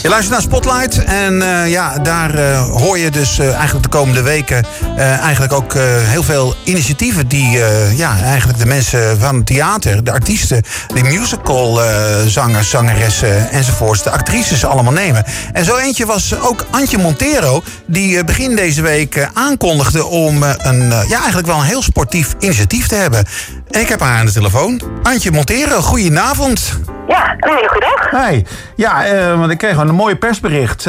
Je luistert naar Spotlight en daar hoor je dus eigenlijk de komende weken eigenlijk ook heel veel initiatieven die eigenlijk de mensen van het theater, de artiesten, de musicalzangers, zangeressen enzovoorts, de actrices allemaal nemen. En zo eentje was ook Antje Montero, die begin deze week aankondigde om eigenlijk wel een heel sportief initiatief te hebben. En ik heb haar aan de telefoon. Antje Montero, goedenavond. Ja, een hele goede dag. Hi. Ja, want ik kreeg een mooi persbericht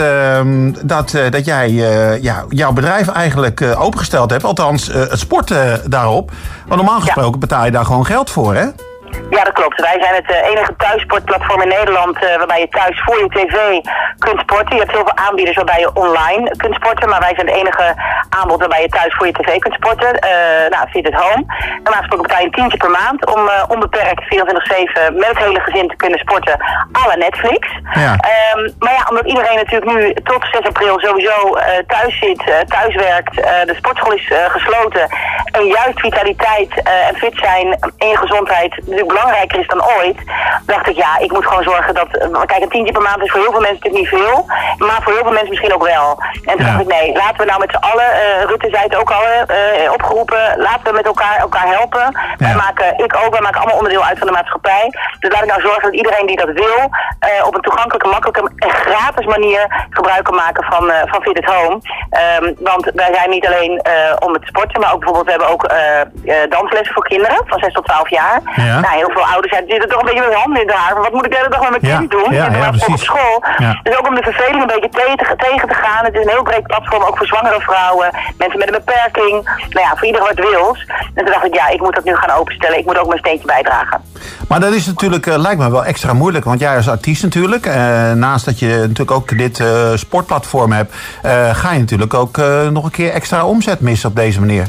dat jij jouw bedrijf eigenlijk opengesteld hebt. Althans, het sporten daarop. Want normaal gesproken betaal je daar gewoon geld voor, hè? Ja, dat klopt. Wij zijn het enige thuissportplatform in Nederland waarbij je thuis voor je tv kunt sporten. Je hebt heel veel aanbieders waarbij je online kunt sporten, maar wij zijn het enige aanbod waarbij je thuis voor je tv kunt sporten. Fit at Home. Normaal gesproken betaal je een tientje per maand om onbeperkt 24/7 met het hele gezin te kunnen sporten à la Netflix. Ja. Maar ja, omdat iedereen natuurlijk nu tot 6 april sowieso thuis zit, thuis werkt, de sportschool is gesloten en juist vitaliteit en fit zijn en je gezondheid natuurlijk belangrijker is dan ooit, dacht ik ik moet gewoon zorgen dat, kijk, een tientje per maand is voor heel veel mensen natuurlijk niet veel, maar voor heel veel mensen misschien ook wel. En toen dacht ik, nee, laten we nou met z'n allen, Rutte zei het ook al, opgeroepen, laten we met elkaar helpen. Wij maken allemaal onderdeel uit van de maatschappij. Dus laat ik nou zorgen dat iedereen die dat wil, op een toegankelijke, makkelijke en gratis manier gebruik kan maken van Fit at Home. Want wij zijn niet alleen om het sporten, maar ook bijvoorbeeld, we hebben ook danslessen voor kinderen van 6 tot 12 jaar. Ja. Nou, heel veel ouders zitten toch een beetje met handen in de haar. Wat moet ik de hele dag met mijn kind doen? Op school. Ja. Dus ook om de verveling een beetje tegen te gaan. Het is een heel breed platform, ook voor zwangere vrouwen, mensen met een beperking. Nou ja, voor iedereen wat wils. En toen dacht ik, ik moet dat nu gaan openstellen. Ik moet ook mijn steentje bijdragen. Maar dat is natuurlijk, lijkt me wel extra moeilijk. Want jij als artiest natuurlijk, naast dat je natuurlijk ook dit sportplatform hebt, ga je natuurlijk ook nog een keer extra omzet missen op deze manier.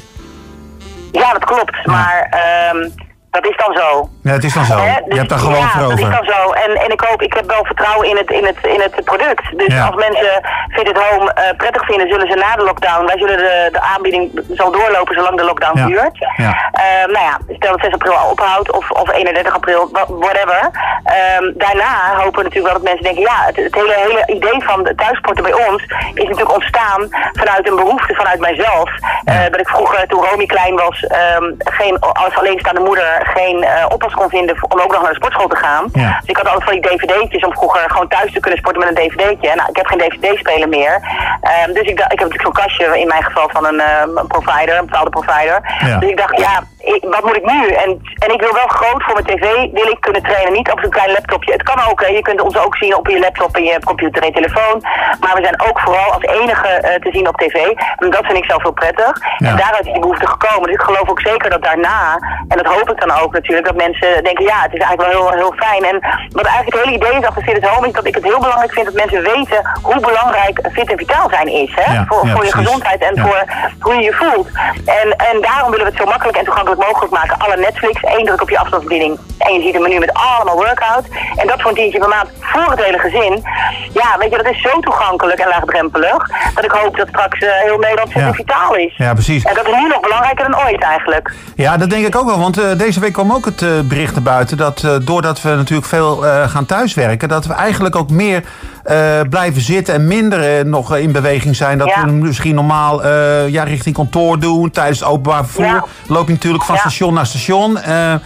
Ja, dat klopt. Ja. Maar dat is dan zo. Ja, het is dan zo. Dus, je hebt daar gewoon voor over. Dat is dan zo. En ik heb wel vertrouwen in het product. Dus als mensen Fit at Home prettig vinden, zullen ze na de lockdown, wij zullen de aanbieding zal doorlopen zolang de lockdown duurt. Ja. Stel dat 6 april al ophoudt of 31 april, whatever. Daarna hopen we natuurlijk wel dat mensen denken, het hele idee van de thuissporten bij ons is natuurlijk ontstaan vanuit een behoefte vanuit mijzelf. Dat ik vroeger, toen Romy klein was, als alleenstaande moeder geen oppas kon vinden om ook nog naar de sportschool te gaan. Ja. Dus ik had altijd van die dvd'tjes om vroeger gewoon thuis te kunnen sporten met een dvd'tje. Nou, ik heb geen dvd-speler meer. Dus ik heb natuurlijk zo'n kastje, in mijn geval van een provider, een bepaalde provider. Ja. Dus ik dacht, wat moet ik nu? En ik wil wel groot voor mijn tv, wil ik kunnen trainen. Niet op zo'n klein laptopje. Het kan ook, je kunt ons ook zien op je laptop en je computer en je telefoon. Maar we zijn ook vooral als enige te zien op tv. En dat vind ik zelf heel prettig. Ja. En daaruit is die behoefte gekomen. Dus ik geloof ook zeker dat daarna, en dat hoop ik dan ook natuurlijk, dat mensen denken, het is eigenlijk wel heel fijn. En wat eigenlijk het hele idee is achter Fit at Home is dat ik het heel belangrijk vind dat mensen weten hoe belangrijk fit en vitaal zijn is. Hè? Ja, voor je gezondheid en voor hoe je je voelt. En daarom willen we het zo makkelijk en toegankelijk mogelijk maken. Alle Netflix, 1 druk op je afstandsbediening en je ziet een menu met allemaal workouts. En dat voor een tientje per maand voor het hele gezin. Ja, weet je, dat is zo toegankelijk en laagdrempelig dat ik hoop dat straks heel Nederland fit en vitaal is. Ja, precies. En dat is nu nog belangrijker dan ooit eigenlijk. Ja, dat denk ik ook wel, want deze week kwam ook het bericht naar buiten dat doordat we natuurlijk veel gaan thuiswerken, dat we eigenlijk ook meer blijven zitten en minder nog in beweging zijn. Dat we misschien normaal richting kantoor doen, tijdens het openbaar vervoer. Loop je natuurlijk van station naar station.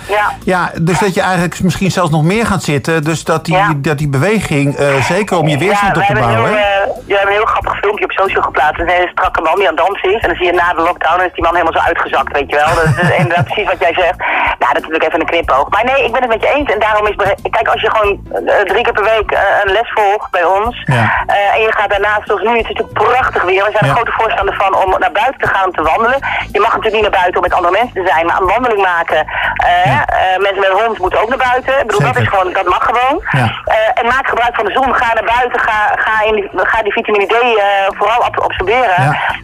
Dus dat je eigenlijk misschien zelfs nog meer gaat zitten. Dus dat die beweging, zeker om je weerstand op te bouwen. We hebben een heel grappig filmpje op social geplaatst. Een hele strakke man die aan het dansen is. En dan zie je na de lockdown is die man helemaal zo uitgezakt, weet je wel. Dat is inderdaad precies wat jij zegt. Nou, dat is natuurlijk even een knipoog. Maar nee, ik ben het met je eens. En daarom is, kijk, als je gewoon 3 keer per week een les volgt bij ons. En je gaat daarnaast, zoals nu, het is natuurlijk prachtig weer. We zijn een grote voorstander van om naar buiten te gaan om te wandelen. Je mag natuurlijk niet naar buiten om met andere mensen te zijn, maar een wandeling maken. Mensen met een hond moeten ook naar buiten. Ik bedoel, dat mag gewoon. En maak gebruik van de zon. Ga naar buiten. Ga die vitamine D vooral absorberen.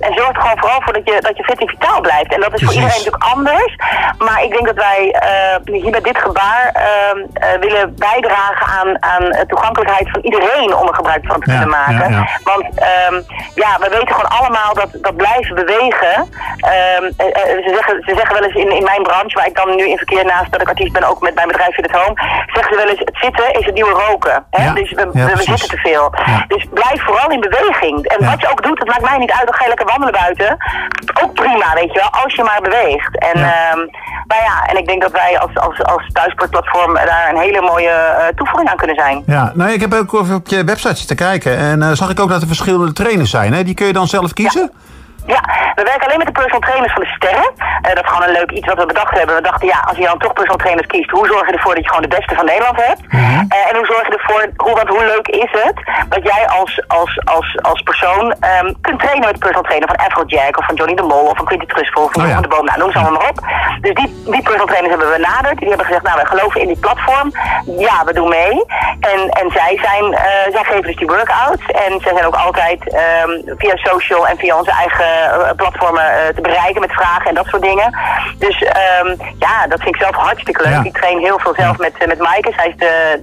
En zorg er gewoon vooral voor dat je fit en vitaal blijft. En dat is voor iedereen natuurlijk anders. Maar ik denk dat wij hier met dit gebaar willen bijdragen aan de toegankelijkheid van iedereen om er gebruik van te kunnen maken. Ja. Want we weten gewoon allemaal dat blijven bewegen. Ze zeggen wel eens in mijn branche, waar ik dan nu in verkeer naast dat ik artiest ben, ook met mijn bedrijf Fit at Home, zeggen ze wel eens, het zitten is het nieuwe roken. Hè? Ja. Dus we zitten te veel. Ja. Dus blijf vooral in beweging. En wat je ook doet, het maakt mij niet uit, dan ga je lekker wandelen buiten. Ook prima, weet je wel, als je maar beweegt. En en ik denk dat wij als thuissportplatform daar een hele mooie toevoeging aan kunnen zijn. Ja, nou ik heb ook op je website zitten kijken en zag ik ook dat er verschillende trainers zijn. Hè? Die kun je dan zelf kiezen? Ja. Ja, we werken alleen met de personal trainers van de sterren. Dat is gewoon een leuk iets wat we bedacht hebben. We dachten, als je dan toch personal trainers kiest, hoe zorg je ervoor dat je gewoon de beste van Nederland hebt? En hoe zorg je ervoor, hoe leuk is het dat jij als persoon kunt trainen met de personal trainer van Afrojack of van Johnny de Mol of van Quinty Trustful of van de Boom, noem ze allemaal maar op. Dus die personal trainers hebben we benaderd. Die hebben gezegd, wij geloven in dit platform. Ja, we doen mee. En zij geven dus die workouts. En zij zijn ook altijd via social en via onze eigen platformen te bereiken met vragen en dat soort dingen. Dus dat vind ik zelf hartstikke leuk. Ja. Ik train heel veel zelf met Maaike. Zij is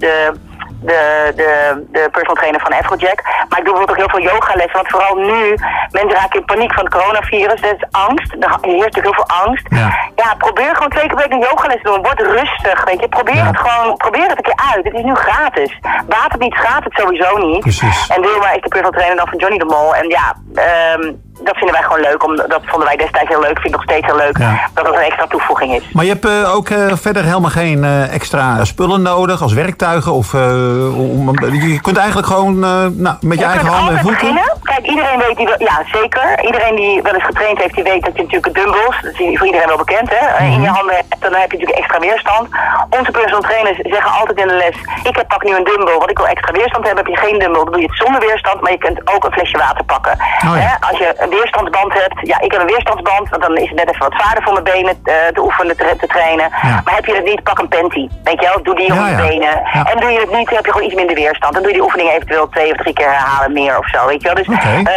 de personal trainer van Afrojack. Maar ik doe bijvoorbeeld ook heel veel yogalessen. Want vooral nu, mensen raken in paniek van het coronavirus. Dat is angst. Er heerst natuurlijk heel veel angst. Ja, probeer gewoon 2 keer per week een yogales te doen. Word rustig, weet je. Probeer het een keer uit. Het is nu gratis. Baat het niet, schaadt het sowieso niet. Precies. En Wilma is de personal trainer dan van Johnny de Mol. En dat vinden wij gewoon leuk. Dat vonden wij destijds heel leuk. Vind ik nog steeds heel leuk. Dat het een extra toevoeging is. Maar je hebt ook verder helemaal geen extra spullen nodig als werktuigen? Of je kunt eigenlijk gewoon met je eigen handen en voeten? Kijk, iedereen weet zeker. Iedereen die wel eens getraind heeft, die weet dat je natuurlijk dumbbells, dat is voor iedereen wel bekend, hè. In je handen hebt, dan heb je natuurlijk extra weerstand. Onze personal trainers zeggen altijd in de les, pak nu een dumbbell, want ik wil extra weerstand hebben. Heb je geen dumbbell, dan doe je het zonder weerstand, maar je kunt ook een flesje water pakken. Als je een weerstandsband hebt, ik heb een weerstandsband, want dan is het net even wat zwaarder voor mijn benen te oefenen, te trainen. Maar heb je het niet, pak een panty. Weet je wel, doe die op je benen. Ja. En doe je het niet, heb je gewoon iets minder weerstand. Dan doe je die oefening eventueel 2 of 3 keer herhalen, meer of zo, weet je wel. Dus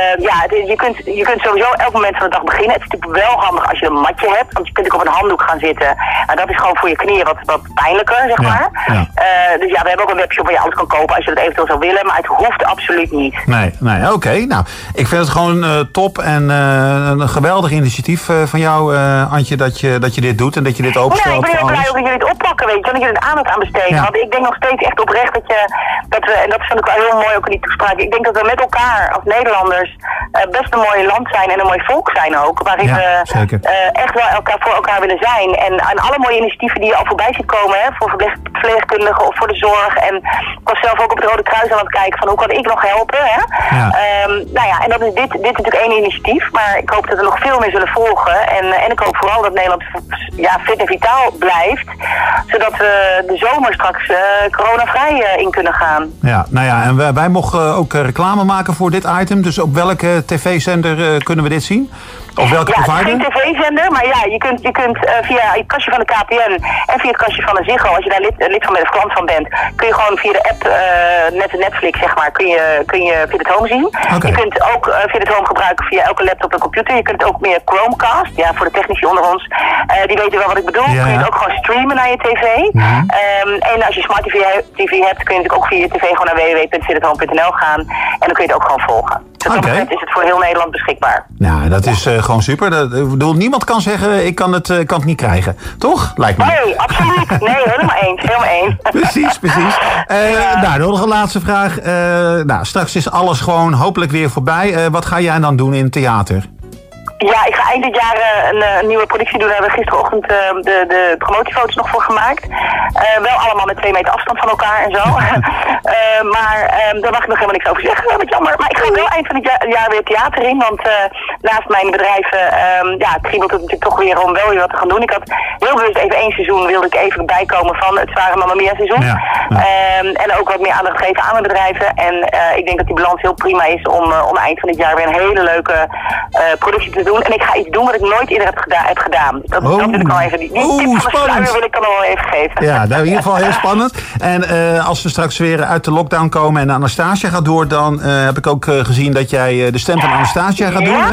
je kunt sowieso elk moment van de dag beginnen. Het is natuurlijk wel handig als je een matje hebt, want je kunt ook op een handdoek gaan zitten. En dat is gewoon voor je knieën wat pijnlijker, zeg maar. Ja. Dus we hebben ook een webshop waar je alles kan kopen als je dat eventueel zou willen, maar het hoeft absoluut niet. Nee, oké. Nou, ik vind het gewoon top en een geweldig initiatief van jou, Antje, dat je dit doet en dat je dit openstelt. Ik ben heel blij dat jullie het oppakken, weet je, dat jullie er aandacht aan besteden. Want ik denk nog steeds echt oprecht dat we, en dat vind ik wel heel mooi ook in die toespraak, ik denk dat we met elkaar als Nederlanders best een mooi land zijn en een mooi volk zijn ook, waarin we echt wel voor elkaar willen zijn. En alle mooie initiatieven die je al voorbij ziet komen, hè, voor verpleegkundigen of voor de zorg. En ik was zelf ook op het Rode Kruis aan het kijken van hoe kan ik nog helpen. Hè? En dat is dit is natuurlijk één initiatief, maar ik hoop dat er nog veel meer zullen volgen. En ik hoop vooral dat Nederland fit en vitaal blijft, zodat we de zomer straks coronavrij in kunnen gaan. Ja, en wij mochten ook reclame maken voor dit item. Dus op welke tv-zender kunnen we dit zien? Of welke provider? Het is geen tv-zender, maar je kunt via het kastje van de KPN en via het kastje van de Ziggo, als je daar lid van bent of klant van bent, kun je gewoon via de app, net de Netflix zeg maar, kun je Fit at Home zien. Okay. Je kunt ook Fit at Home gebruiken via elke laptop en computer. Je kunt ook meer Chromecast, voor de technici onder ons, die weten wel wat ik bedoel. Kun je het ook gewoon streamen naar je tv. En als je smart TV hebt, kun je natuurlijk ook via je tv gewoon naar www.fitathome.nl gaan en dan kun je het ook gewoon volgen. Dus dat is het voor heel Nederland beschikbaar. Nou, dat is gewoon super. Ik bedoel, niemand kan zeggen, ik kan het niet krijgen. Toch? Lijkt me. Nee, absoluut. Nee, helemaal eens. Precies. Nog een laatste vraag. Straks is alles gewoon hopelijk weer voorbij. Wat ga jij dan doen in het theater? Ja, ik ga eind dit jaar een nieuwe productie doen. Daar hebben we gisterochtend de promotiefoto's nog voor gemaakt. Wel allemaal met 2 meter afstand van elkaar en zo. Maar daar mag ik nog helemaal niks over zeggen. Wat jammer. Maar ik ga wel eind van het jaar weer theater in. Want naast mijn bedrijven kriebelt het natuurlijk toch weer om wel weer wat te gaan doen. Ik had heel bewust even 1 seizoen wilde ik even bijkomen van het zware Mamma Mia seizoen. En ook wat meer aandacht geven aan mijn bedrijven. En ik denk dat die balans heel prima is om eind van dit jaar weer een hele leuke productie te doen. En ik ga iets doen wat ik nooit eerder heb gedaan. Dat wil ik al even. Die tip van de sluier wil ik dan al even geven. Ja, in ieder geval heel spannend. En als we straks weer uit de lockdown komen en Anastasia gaat door, dan heb ik ook gezien dat jij de stem van Anastasia gaat doen. Ja,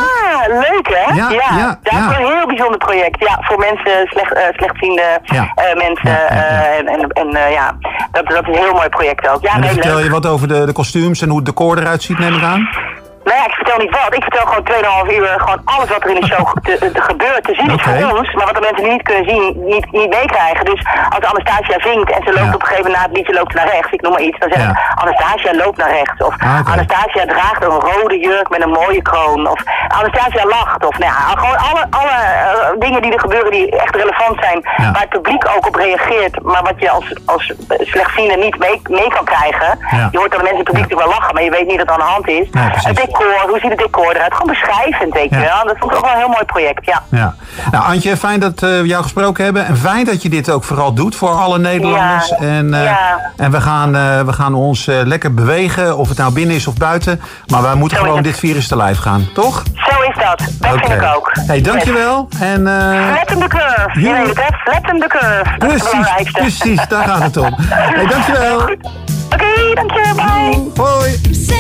leuk hè? Ja. Dat is een heel bijzonder project. Ja, voor mensen, slechtziende mensen. Dat is een heel mooi project ook. Ja, en dan vertel je wat over de kostuums en hoe het decor eruit ziet, neem ik aan? Nou ja, ik vertel niet wat. Ik vertel gewoon 2,5 uur gewoon alles wat er in de show gebeurt. Te zien is voor ons, maar wat de mensen niet kunnen zien, niet meekrijgen. Dus als Anastasia zingt en ze loopt op een gegeven moment na het liedje loopt naar rechts, ik noem maar iets, dan zeg ik Anastasia loopt naar rechts. Of Anastasia draagt een rode jurk met een mooie kroon. Of Anastasia lacht. Of nou ja, gewoon alle dingen die er gebeuren die echt relevant zijn, waar het publiek ook op reageert, maar wat je als slechtziende niet mee kan krijgen. Ja. Je hoort dan de mensen in het publiek natuurlijk wel lachen, maar je weet niet wat er aan de hand is. Nee, hoe ziet het decor eruit? Gewoon beschrijvend, weet je wel. Dat vond ik ook wel een heel mooi project, ja. Nou, Antje, fijn dat we jou gesproken hebben. En fijn dat je dit ook vooral doet voor alle Nederlanders. Ja. En we gaan ons lekker bewegen, of het nou binnen is of buiten. Maar wij moeten gewoon dit virus te lijf gaan, toch? Zo is dat. Dat vind ik ook. Hey, dankjewel. En, flatten the curve. Je weet het, hè? Flatten the curve. Dat is het belangrijkste. Precies, daar gaat het om. Hey, dankjewel. Oké, dankjewel. Bye. Hoi.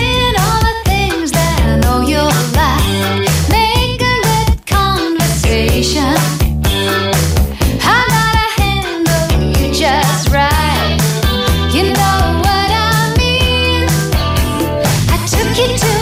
I know you'll like. Make a good conversation. How do I handle you just right? You know what I mean. I took you to